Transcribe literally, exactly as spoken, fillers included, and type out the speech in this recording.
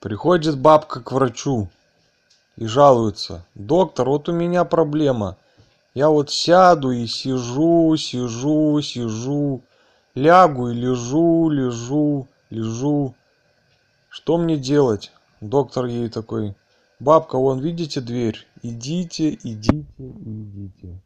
Приходит бабка к врачу и жалуется: доктор, вот у меня проблема. Я вот сяду и сижу, сижу, сижу, лягу и лежу, лежу, лежу. Что мне делать? Доктор ей такой: бабка, вон видите дверь? Идите, идите, идите.